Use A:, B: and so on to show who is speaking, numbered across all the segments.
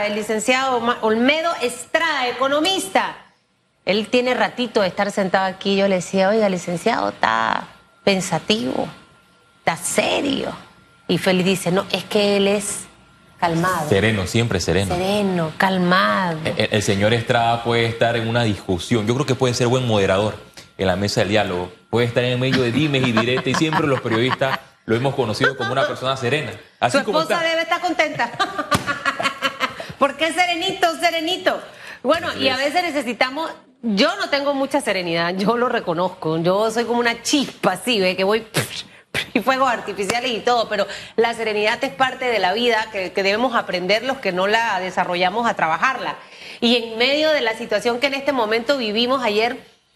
A: está el licenciado Olmedo Estrada, economista. Él tiene ratito de estar sentado aquí. Yo le decía, oiga, licenciado, está pensativo, está serio. Y Félix dice, no, es que él es calmado.
B: Sereno, siempre sereno.
A: Sereno, calmado.
B: El señor Estrada puede estar en una discusión. Yo creo que puede ser buen moderador en la mesa del diálogo. Puede estar en medio de dimes y diretes y siempre los periodistas lo hemos conocido como una persona serena. Así
A: Su esposa debe estar contenta. Porque es serenito, serenito. Bueno, y a veces necesitamos... Yo no tengo mucha serenidad, yo lo reconozco. Yo soy como una chispa así, ¿ve? Que voy... y fuegos artificiales y todo, pero la serenidad es parte de la vida que debemos aprender los que no la desarrollamos a trabajarla. Y en medio de la situación que en este momento vivimos, ayer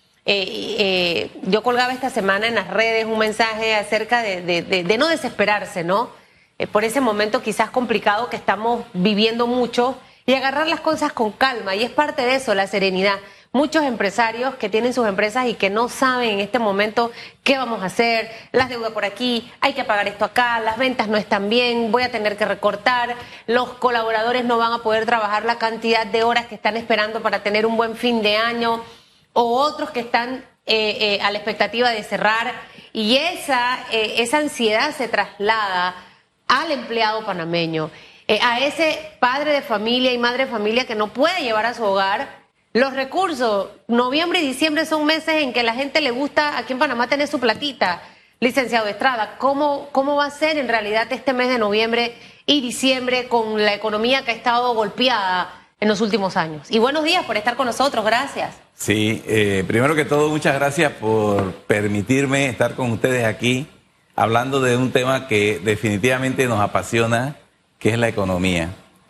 A: yo colgaba esta semana en las redes un mensaje acerca de no desesperarse, ¿no? Por ese momento quizás complicado que estamos viviendo mucho y agarrar las cosas con calma, y es parte de eso, la serenidad. Muchos empresarios que tienen sus empresas y que no saben en este momento qué vamos a hacer, las deudas por aquí, hay que pagar esto acá, las ventas no están bien, voy a tener que recortar, los colaboradores no van a poder trabajar la cantidad de horas que están esperando para tener un buen fin de año, o otros que están a la expectativa de cerrar, y esa ansiedad se traslada al empleado panameño, a ese padre de familia y madre de familia que no puede llevar a su hogar los recursos. Noviembre y diciembre son meses en que la gente le gusta aquí en Panamá tener su platita. Licenciado Estrada, ¿cómo va a ser en realidad este mes de noviembre y diciembre con la economía que ha estado golpeada en los últimos años? Y buenos días por estar con nosotros, gracias.
C: Sí, primero que todo, muchas gracias por permitirme estar con ustedes aquí hablando de un tema que definitivamente nos apasiona, que es la economía.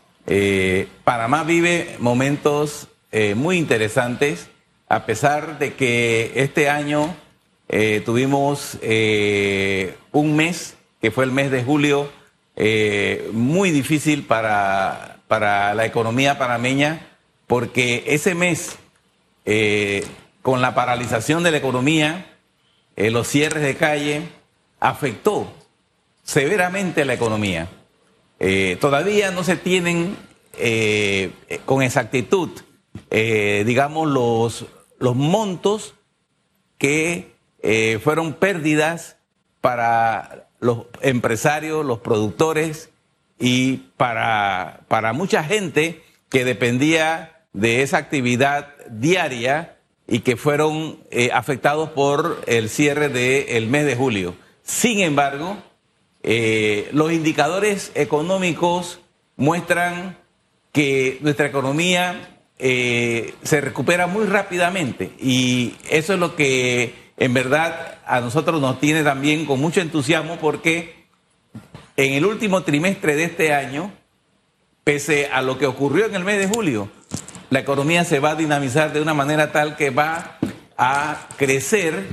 C: Panamá vive momentos muy interesantes, a pesar de que este año tuvimos un mes, que fue el mes de julio, muy difícil para la economía panameña, porque ese mes, con la paralización de la economía, los cierres de calle, afectó severamente a la economía. Todavía no se tienen con exactitud digamos, los montos que fueron pérdidas para los empresarios, los productores y para mucha gente que dependía de esa actividad diaria y que fueron afectados por el cierre del mes de julio. Sin embargo, los indicadores económicos muestran que nuestra economía se recupera muy rápidamente, y eso es lo que en verdad a nosotros nos tiene también con mucho entusiasmo, porque en el último trimestre de este año, pese a lo que ocurrió en el mes de julio, la economía se va a dinamizar de una manera tal que va a crecer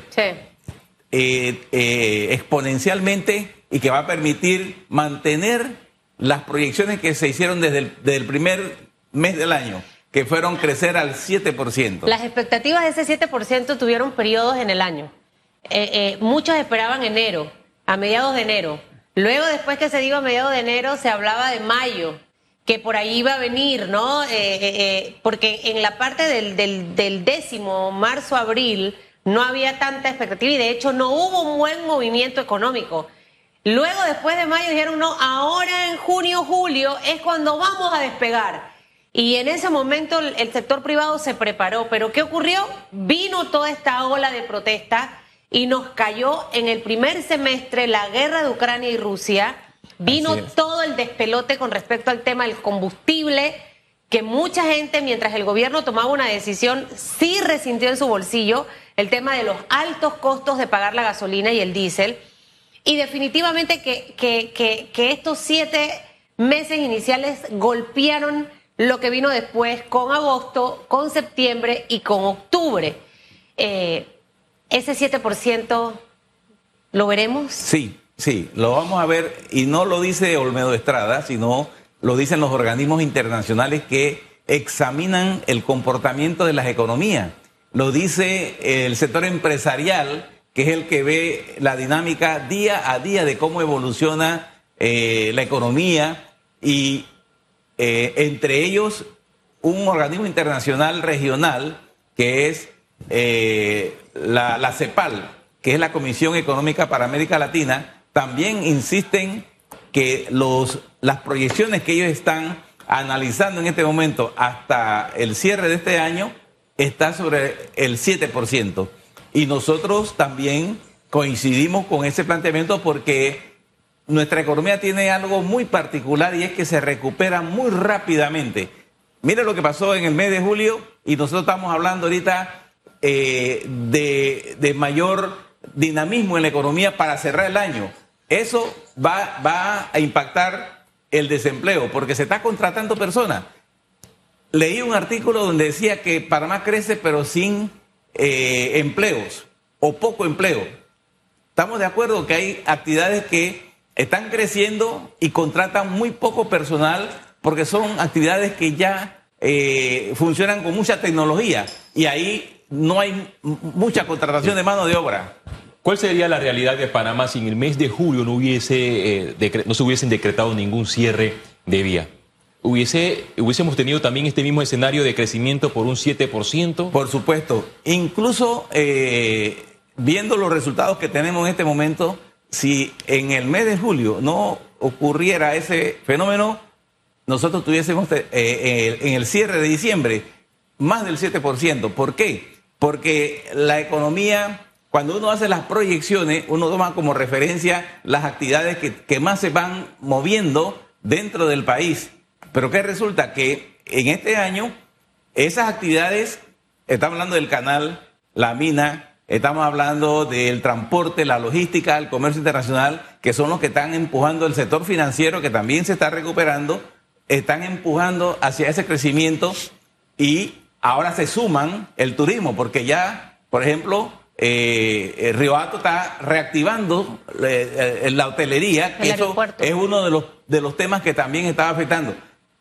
C: exponencialmente, y que va a permitir mantener las proyecciones que se hicieron desde el primer mes del año, que fueron crecer al 7%.
A: Las expectativas de ese 7% tuvieron periodos en el año. Muchos esperaban enero, a mediados de enero. Luego, después que se dijo a mediados de enero, se hablaba de mayo, que por ahí iba a venir, ¿no? Porque en la parte del décimo, marzo, abril, no había tanta expectativa y de hecho no hubo un buen movimiento económico. Luego, después de mayo, dijeron, no, ahora en junio, julio es cuando vamos a despegar. Y en ese momento el sector privado se preparó. Pero ¿qué ocurrió? Vino toda esta ola de protesta y nos cayó en el primer semestre la guerra de Ucrania y Rusia. Vino todo el despelote con respecto al tema del combustible, que mucha gente, mientras el gobierno tomaba una decisión, sí resintió en su bolsillo el tema de los altos costos de pagar la gasolina y el diésel. Y definitivamente que estos 7 meses iniciales golpearon lo que vino después con agosto, con septiembre y con octubre. ¿Ese 7% lo veremos?
C: Sí, lo vamos a ver, y no lo dice Olmedo Estrada, sino lo dicen los organismos internacionales que examinan el comportamiento de las economías. Lo dice el sector empresarial, que es el que ve la dinámica día a día de cómo evoluciona la economía, y entre ellos un organismo internacional regional que es la CEPAL, que es la Comisión Económica para América Latina, también insisten que las proyecciones que ellos están analizando en este momento hasta el cierre de este año está sobre el 7%. Y nosotros también coincidimos con ese planteamiento porque nuestra economía tiene algo muy particular y es que se recupera muy rápidamente. Mire lo que pasó en el mes de julio y nosotros estamos hablando ahorita de mayor dinamismo en la economía para cerrar el año. Eso va a impactar el desempleo porque se está contratando personas. Leí un artículo donde decía que Panamá crece pero sin empleos o poco empleo. Estamos de acuerdo que hay actividades que están creciendo y contratan muy poco personal porque son actividades que ya funcionan con mucha tecnología y ahí no hay mucha contratación de mano de obra.
B: ¿Cuál sería la realidad de Panamá si en el mes de julio no se hubiesen decretado ningún cierre de vía? ¿Hubiésemos tenido también este mismo escenario de crecimiento por un 7%?
C: Por supuesto. Incluso viendo los resultados que tenemos en este momento, si en el mes de julio no ocurriera ese fenómeno, nosotros tuviésemos en el cierre de diciembre más del 7%. ¿Por qué? Porque la economía, cuando uno hace las proyecciones, uno toma como referencia las actividades que más se van moviendo dentro del país. Pero ¿qué resulta? Que en este año esas actividades, estamos hablando del canal, la mina, estamos hablando del transporte, la logística, el comercio internacional, que son los que están empujando el sector financiero, que también se está recuperando, están empujando hacia ese crecimiento y ahora se suman el turismo, porque ya, por ejemplo, Río Hato está reactivando la hotelería, que eso es uno de los temas que también estaba afectando.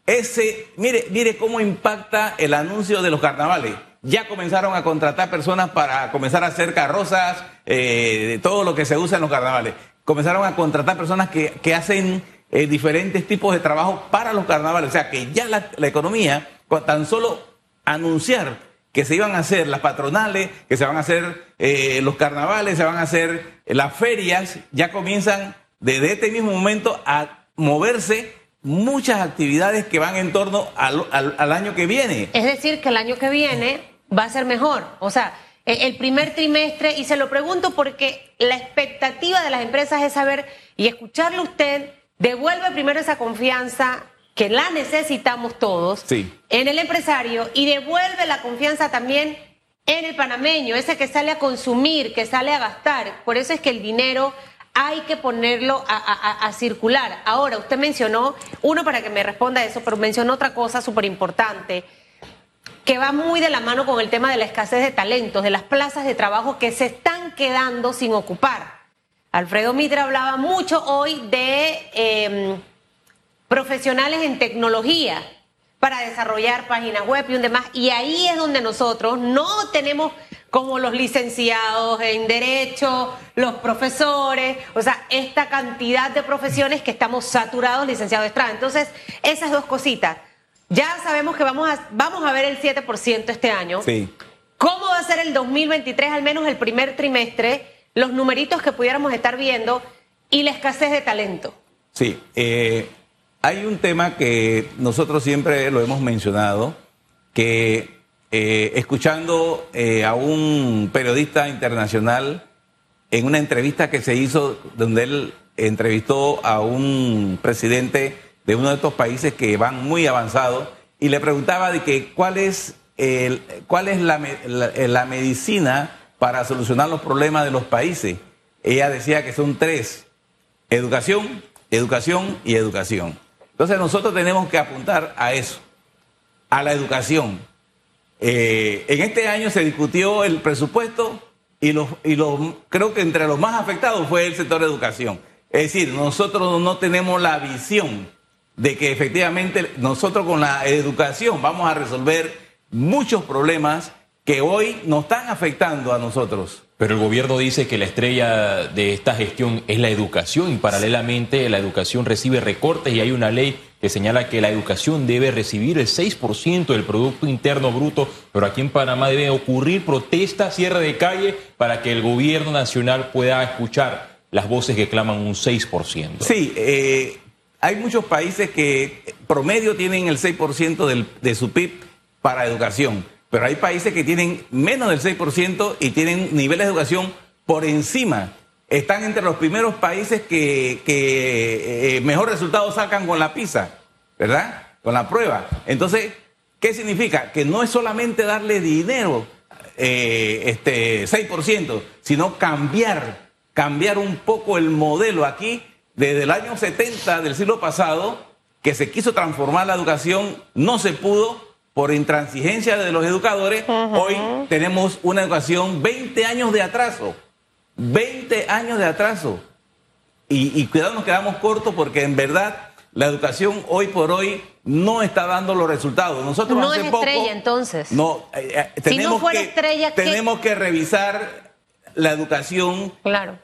C: Mire cómo impacta el anuncio de los carnavales. Ya comenzaron a contratar personas para comenzar a hacer carrozas, de todo lo que se usa en los carnavales. Comenzaron a contratar personas que hacen diferentes tipos de trabajo para los carnavales. O sea que ya la economía, con tan solo anunciar que se iban a hacer las patronales, que se van a hacer los carnavales, se van a hacer las ferias, ya comienzan desde este mismo momento a moverse muchas actividades que van en torno al año que viene.
A: Es decir, que el año que viene va a ser mejor. O sea, el primer trimestre, y se lo pregunto porque la expectativa de las empresas es saber y escucharle a usted, devuelve primero esa confianza que la necesitamos todos en el empresario y devuelve la confianza también en el panameño, ese que sale a consumir, que sale a gastar. Por eso es que el dinero hay que ponerlo a circular. Ahora, usted mencionó, para que me responda eso, pero mencionó otra cosa súper importante, que va muy de la mano con el tema de la escasez de talentos, de las plazas de trabajo que se están quedando sin ocupar. Alfredo Mitre hablaba mucho hoy de profesionales en tecnología para desarrollar páginas web y un demás, y ahí es donde nosotros no tenemos como los licenciados en Derecho, los profesores, o sea, esta cantidad de profesiones que estamos saturados, licenciados Estrada. Entonces, esas dos cositas. Ya sabemos que vamos a ver el 7% este año.
C: Sí.
A: ¿Cómo va a ser el 2023, al menos el primer trimestre, los numeritos que pudiéramos estar viendo y la escasez de talento?
C: Sí, hay un tema que nosotros siempre lo hemos mencionado, que escuchando a un periodista internacional en una entrevista que se hizo donde él entrevistó a un presidente de uno de estos países que van muy avanzados y le preguntaba de que cuál es la medicina para solucionar los problemas de los países. Ella decía que son 3: educación, educación y educación. Entonces nosotros tenemos que apuntar a eso, a la educación. En este año se discutió el presupuesto y creo que entre los más afectados fue el sector de educación. Es decir, nosotros no tenemos la visión de que efectivamente nosotros con la educación vamos a resolver muchos problemas que hoy nos están afectando a nosotros.
B: Pero el gobierno dice que la estrella de esta gestión es la educación y paralelamente la educación recibe recortes y hay una ley que señala que la educación debe recibir el 6% del Producto Interno Bruto, pero aquí en Panamá debe ocurrir protesta, cierre de calle, para que el gobierno nacional pueda escuchar las voces que claman un 6%.
C: Sí, hay muchos países que promedio tienen el 6% de su PIB para educación, pero hay países que tienen menos del 6% y tienen niveles de educación por encima. Están entre los primeros países que mejor resultados sacan con la PISA, ¿verdad? Con la prueba. Entonces, ¿qué significa? Que no es solamente darle dinero, 6%, sino cambiar un poco el modelo. Aquí, desde el año 70 del siglo pasado, que se quiso transformar la educación, no se pudo por intransigencia de los educadores. Hoy tenemos una educación 20 años de atraso. 20 años de atraso. Y cuidado, nos quedamos cortos porque en verdad la educación hoy por hoy no está dando los resultados. Nosotros
A: no
C: hace
A: es
C: poco,
A: estrella, entonces.
C: No,
A: si no fuera estrella,
C: tenemos que revisar la educación,
A: claro,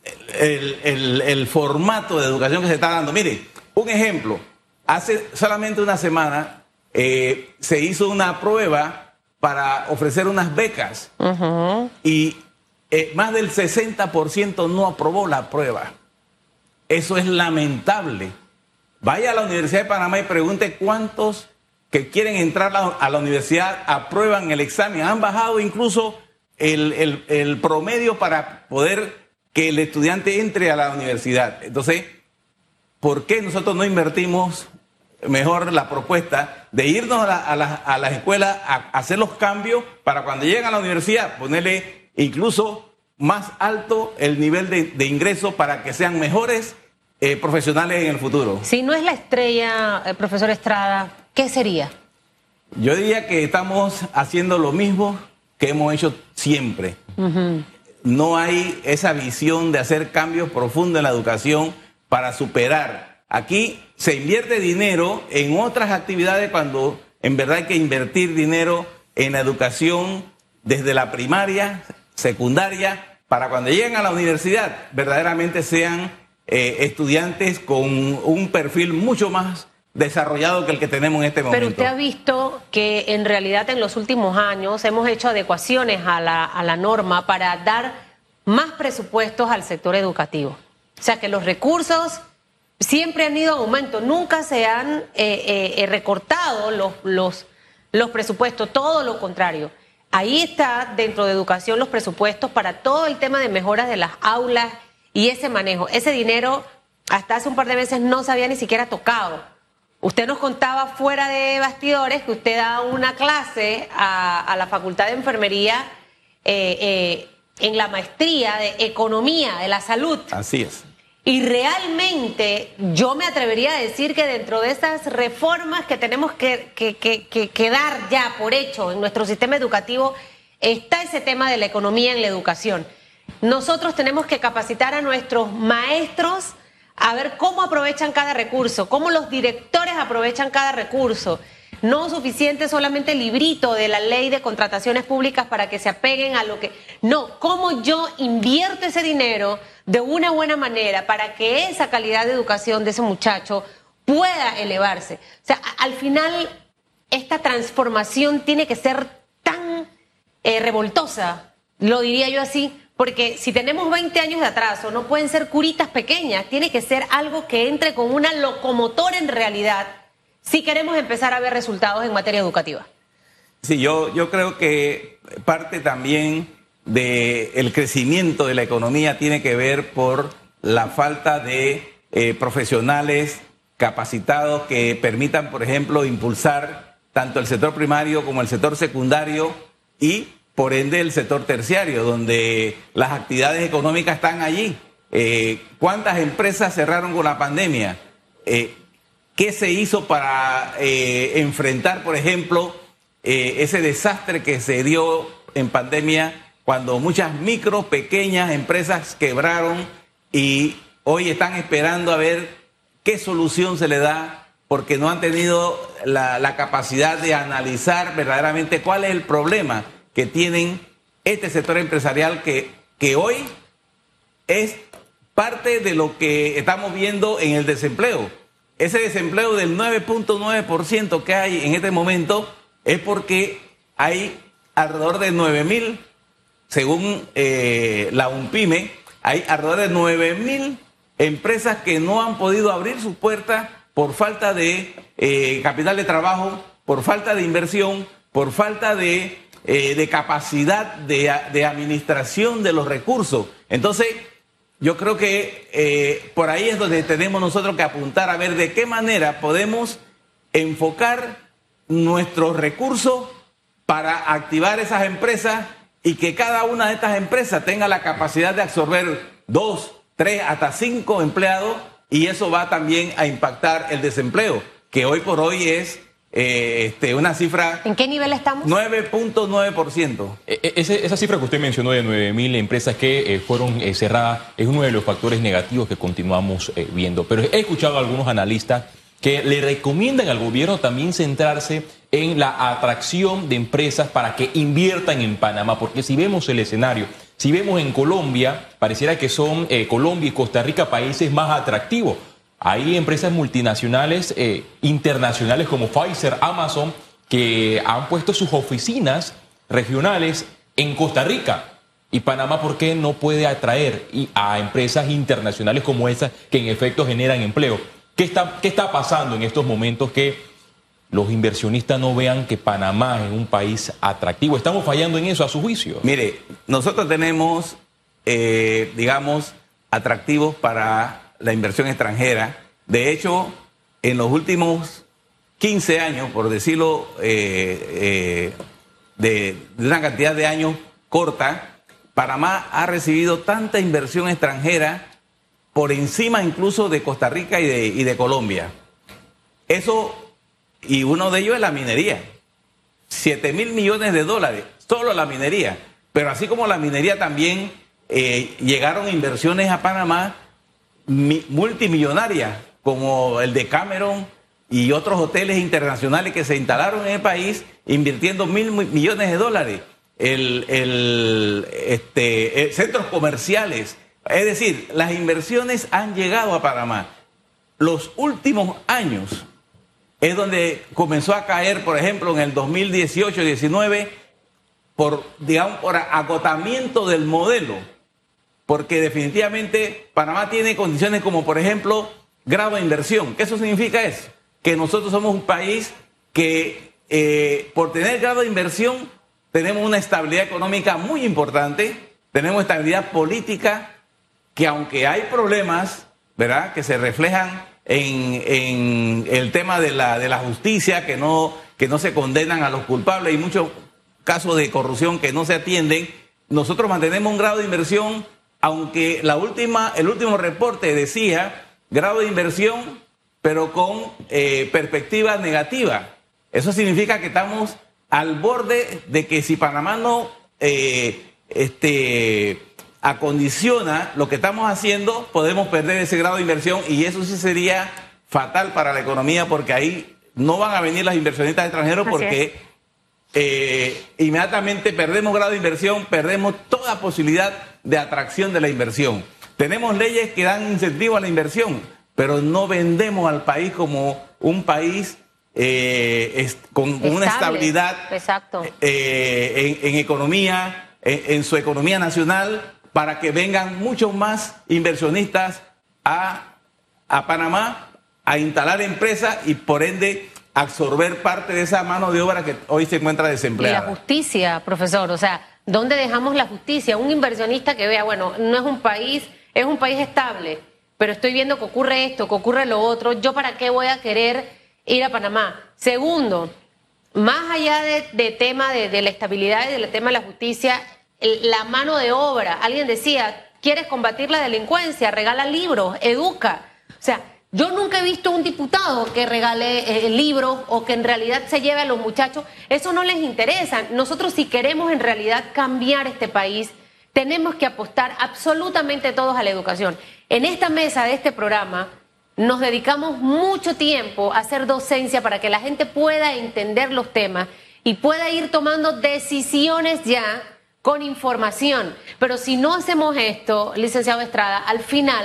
C: el formato de educación que se está dando. Mire, un ejemplo. Hace solamente una semana se hizo una prueba para ofrecer unas becas y más del 60% no aprobó la prueba. Eso es lamentable. Vaya a la Universidad de Panamá y pregunte cuántos que quieren entrar a la universidad aprueban el examen. Han bajado incluso el promedio para poder que el estudiante entre a la universidad. Entonces, ¿por qué nosotros no invertimos mejor la propuesta de irnos a las escuelas a hacer los cambios para cuando lleguen a la universidad ponerle incluso más alto el nivel de ingreso para que sean mejores profesionales en el futuro?
A: Si no es la estrella, profesor Estrada, ¿qué sería?
C: Yo diría que estamos haciendo lo mismo que hemos hecho siempre. No hay esa visión de hacer cambios profundos en la educación para superar. Aquí se invierte dinero en otras actividades cuando en verdad hay que invertir dinero en la educación desde la primaria, secundaria, para cuando lleguen a la universidad verdaderamente sean estudiantes con un perfil mucho más desarrollado que el que tenemos en este momento.
A: Pero usted ha visto que en realidad en los últimos años hemos hecho adecuaciones a la norma para dar más presupuestos al sector educativo. O sea que los recursos siempre han ido en aumento, nunca se han recortado los presupuestos, todo lo contrario. Ahí está dentro de educación los presupuestos para todo el tema de mejoras de las aulas y ese manejo. Ese dinero hasta hace un par de meses no se había ni siquiera tocado. Usted nos contaba fuera de bastidores que usted da una clase a la Facultad de Enfermería en la maestría de Economía de la Salud.
C: Así es.
A: Y realmente yo me atrevería a decir que dentro de esas reformas que tenemos que dar ya por hecho en nuestro sistema educativo está ese tema de la economía en la educación. Nosotros tenemos que capacitar a nuestros maestros a ver cómo aprovechan cada recurso, cómo los directores aprovechan cada recurso. No suficiente solamente el librito de la ley de contrataciones públicas para que se apeguen a lo que... No, cómo yo invierto ese dinero de una buena manera para que esa calidad de educación de ese muchacho pueda elevarse. O sea, al final, esta transformación tiene que ser tan revoltosa, lo diría yo así, porque si tenemos 20 años de atraso, no pueden ser curitas pequeñas, tiene que ser algo que entre con una locomotora en realidad, si queremos empezar a ver resultados en materia educativa.
C: Sí, yo creo que parte también del crecimiento de la economía tiene que ver por la falta de profesionales capacitados que permitan, por ejemplo, impulsar tanto el sector primario como el sector secundario y, por ende, el sector terciario, donde las actividades económicas están allí. ¿Cuántas empresas cerraron con la pandemia? ¿Qué se hizo para enfrentar, por ejemplo, ese desastre que se dio en pandemia cuando muchas micro, pequeñas empresas quebraron y hoy están esperando a ver qué solución se le da porque no han tenido la capacidad de analizar verdaderamente cuál es el problema que tienen este sector empresarial que hoy es parte de lo que estamos viendo en el desempleo? ese desempleo del 9.9% que hay en este momento es porque hay alrededor de 9.000, según la UNPYME, hay alrededor de 9.000 empresas que no han podido abrir sus puertas por falta de capital de trabajo, por falta de inversión, por falta de capacidad de administración de los recursos. Entonces, yo creo que por ahí es donde tenemos nosotros que apuntar a ver de qué manera podemos enfocar nuestros recursos para activar esas empresas y que cada una de estas empresas tenga la capacidad de absorber 2, 3, hasta 5 empleados, y eso va también a impactar el desempleo, que hoy por hoy es una cifra...
A: ¿En qué nivel estamos?
C: 9.9%.
B: Esa cifra que usted mencionó de 9.000 empresas que fueron cerradas es uno de los factores negativos que continuamos viendo. Pero he escuchado a algunos analistas que le recomiendan al gobierno también centrarse en la atracción de empresas para que inviertan en Panamá, porque si vemos el escenario, si vemos en Colombia, pareciera que son Colombia y Costa Rica países más atractivos. Hay empresas multinacionales internacionales como Pfizer, Amazon, que han puesto sus oficinas regionales en Costa Rica. Y Panamá, ¿por qué no puede atraer a empresas internacionales como esas que en efecto generan empleo? ¿Qué está pasando en estos momentos que los inversionistas no vean que Panamá es un país atractivo? ¿Estamos fallando en eso a su juicio?
C: Mire, nosotros tenemos, digamos, atractivos para la inversión extranjera. De hecho, en los últimos 15 años, por decirlo, de una cantidad de años corta, Panamá ha recibido tanta inversión extranjera por encima incluso de Costa Rica y de Colombia. Eso, y uno de ellos es la minería. 7.000 millones de dólares, solo la minería. Pero así como la minería también llegaron inversiones a Panamá multimillonarias, como el de Cameron y otros hoteles internacionales que se instalaron en el país invirtiendo 1.000 millones de dólares. Centros comerciales. Es decir, las inversiones han llegado a Panamá. Los últimos años es donde comenzó a caer, por ejemplo, en el 2018-19, por agotamiento del modelo. Porque definitivamente Panamá tiene condiciones como, por ejemplo, grado de inversión. ¿Qué eso significa eso? Que nosotros somos un país que, por tener grado de inversión, tenemos una estabilidad económica muy importante, tenemos estabilidad política, que aunque hay problemas, ¿verdad?, que se reflejan en el tema de la justicia, que no se condenan a los culpables y muchos casos de corrupción que no se atienden, nosotros mantenemos un grado de inversión, aunque el último reporte decía grado de inversión, pero con perspectiva negativa. Eso significa que estamos al borde de que si Panamá no acondiciona lo que estamos haciendo, podemos perder ese grado de inversión, y eso sí sería fatal para la economía, porque ahí no van a venir los inversionistas extranjeros, porque inmediatamente perdemos grado de inversión, perdemos toda posibilidad de atracción de la inversión. Tenemos leyes que dan incentivo a la inversión, pero no vendemos al país como un país con una estabilidad en economía, en su economía nacional, para que vengan muchos más inversionistas a Panamá a instalar empresas y por ende absorber parte de esa mano de obra que hoy se encuentra desempleada.
A: Y la justicia, profesor, o sea, ¿dónde dejamos la justicia? Un inversionista que vea, bueno, no es un país estable, pero estoy viendo que ocurre esto, que ocurre lo otro, ¿yo para qué voy a querer ir a Panamá? Segundo, más allá de tema de la estabilidad y del tema de la justicia, la mano de obra. Alguien decía, ¿quieres combatir la delincuencia? Regala libros, educa. O sea, yo nunca he visto un diputado que regale libros o que en realidad se lleve a los muchachos. Eso no les interesa. Nosotros, si queremos en realidad cambiar este país, tenemos que apostar absolutamente todos a la educación. En esta mesa de este programa nos dedicamos mucho tiempo a hacer docencia para que la gente pueda entender los temas y pueda ir tomando decisiones ya con información. Pero si no hacemos esto, licenciado Estrada, al final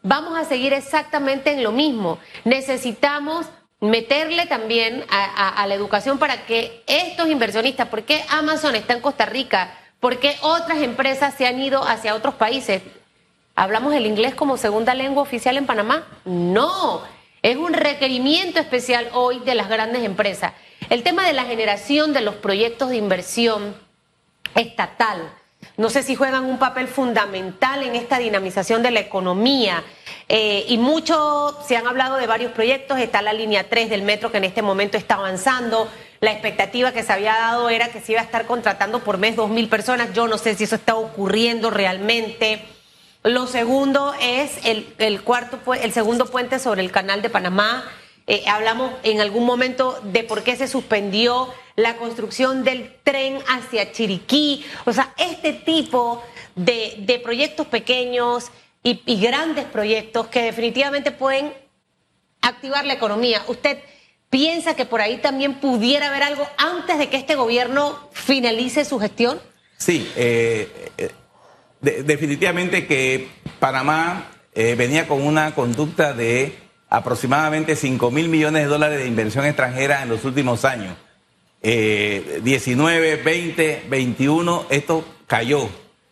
A: vamos a seguir exactamente en lo mismo. Necesitamos meterle también a la educación para que estos inversionistas, ¿por qué Amazon está en Costa Rica? ¿Por qué otras empresas se han ido hacia otros países? ¿Hablamos el inglés como segunda lengua oficial en Panamá? No, es un requerimiento especial hoy de las grandes empresas. El tema de la generación de los proyectos de inversión estatal, no sé si juegan un papel fundamental en esta dinamización de la economía. Y mucho se han hablado de varios proyectos. Está la línea 3 del metro que en este momento está avanzando. La expectativa que se había dado era que se iba a estar contratando por mes 2.000 personas. Yo no sé si eso está ocurriendo realmente. Lo segundo es el segundo puente sobre el canal de Panamá. Hablamos en algún momento de por qué se suspendió la construcción del tren hacia Chiriquí. O sea, este tipo de proyectos pequeños y grandes proyectos que definitivamente pueden activar la economía. ¿Usted piensa que por ahí también pudiera haber algo antes de que este gobierno finalice su gestión? Sí,
C: definitivamente que Panamá venía con una conducta de aproximadamente 5.000 millones de dólares de inversión extranjera en los últimos años. 19, 20, 21, esto cayó.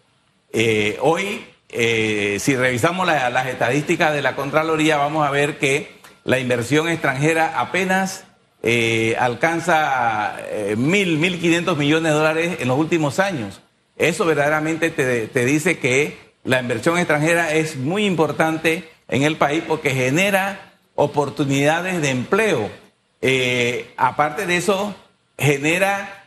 C: Hoy, si revisamos las estadísticas de la Contraloría, vamos a ver que la inversión extranjera apenas alcanza 1.500 millones de dólares en los últimos años. Eso verdaderamente te dice que la inversión extranjera es muy importante en el país porque genera oportunidades de empleo. Aparte de eso, genera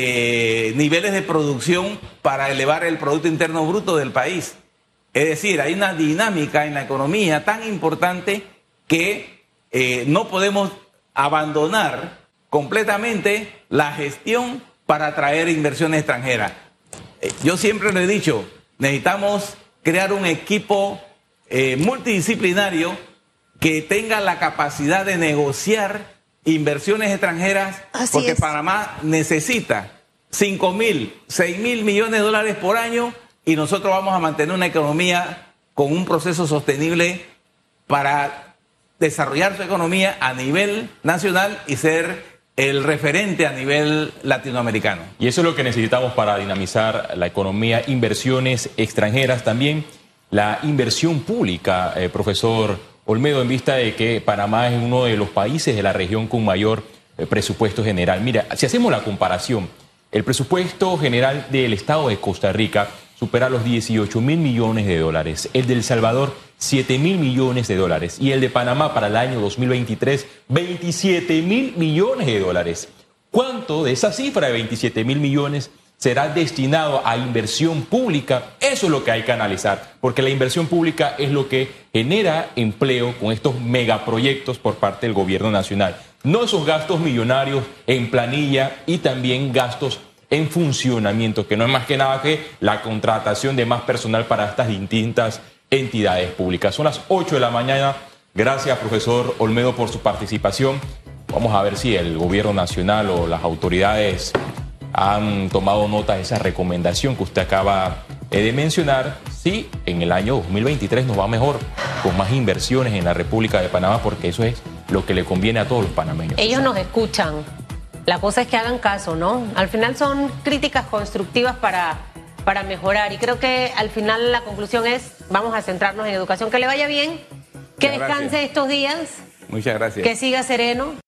C: niveles de producción para elevar el Producto Interno Bruto del país. Es decir, hay una dinámica en la economía tan importante que no podemos abandonar completamente la gestión para atraer inversiones extranjeras. Yo siempre lo he dicho, necesitamos crear un equipo multidisciplinario que tenga la capacidad de negociar inversiones extranjeras, porque Panamá necesita 5.000, 6.000 millones de dólares por año y nosotros vamos a mantener una economía con un proceso sostenible para desarrollar su economía a nivel nacional y ser el referente a nivel latinoamericano.
B: Y eso es lo que necesitamos para dinamizar la economía, inversiones extranjeras también, la inversión pública, profesor Olmedo, en vista de que Panamá es uno de los países de la región con mayor presupuesto general. Mira, si hacemos la comparación, el presupuesto general del Estado de Costa Rica supera los 18.000 millones de dólares, el de El Salvador 7.000 millones de dólares y el de Panamá para el año 2023 27.000 millones de dólares. ¿Cuánto de esa cifra de 27.000 millones será destinado a inversión pública? Eso es lo que hay que analizar, porque la inversión pública es lo que genera empleo con estos megaproyectos por parte del gobierno nacional. No esos gastos millonarios en planilla y también gastos en funcionamiento, que no es más que nada que la contratación de más personal para estas distintas entidades públicas. Son las 8 de la mañana. Gracias, profesor Olmedo, por su participación. Vamos a ver si el gobierno nacional o las autoridades han tomado nota de esa recomendación que usted acaba de mencionar. Sí, en el año 2023 nos va mejor, con más inversiones en la República de Panamá, porque eso es lo que le conviene a todos los panameños.
A: Ellos nos escuchan. La cosa es que hagan caso, ¿no? Al final son críticas constructivas para mejorar. Y creo que al final la conclusión es, vamos a centrarnos en educación. Que le vaya bien, que descanse estos días.
C: Muchas gracias.
A: Que siga sereno.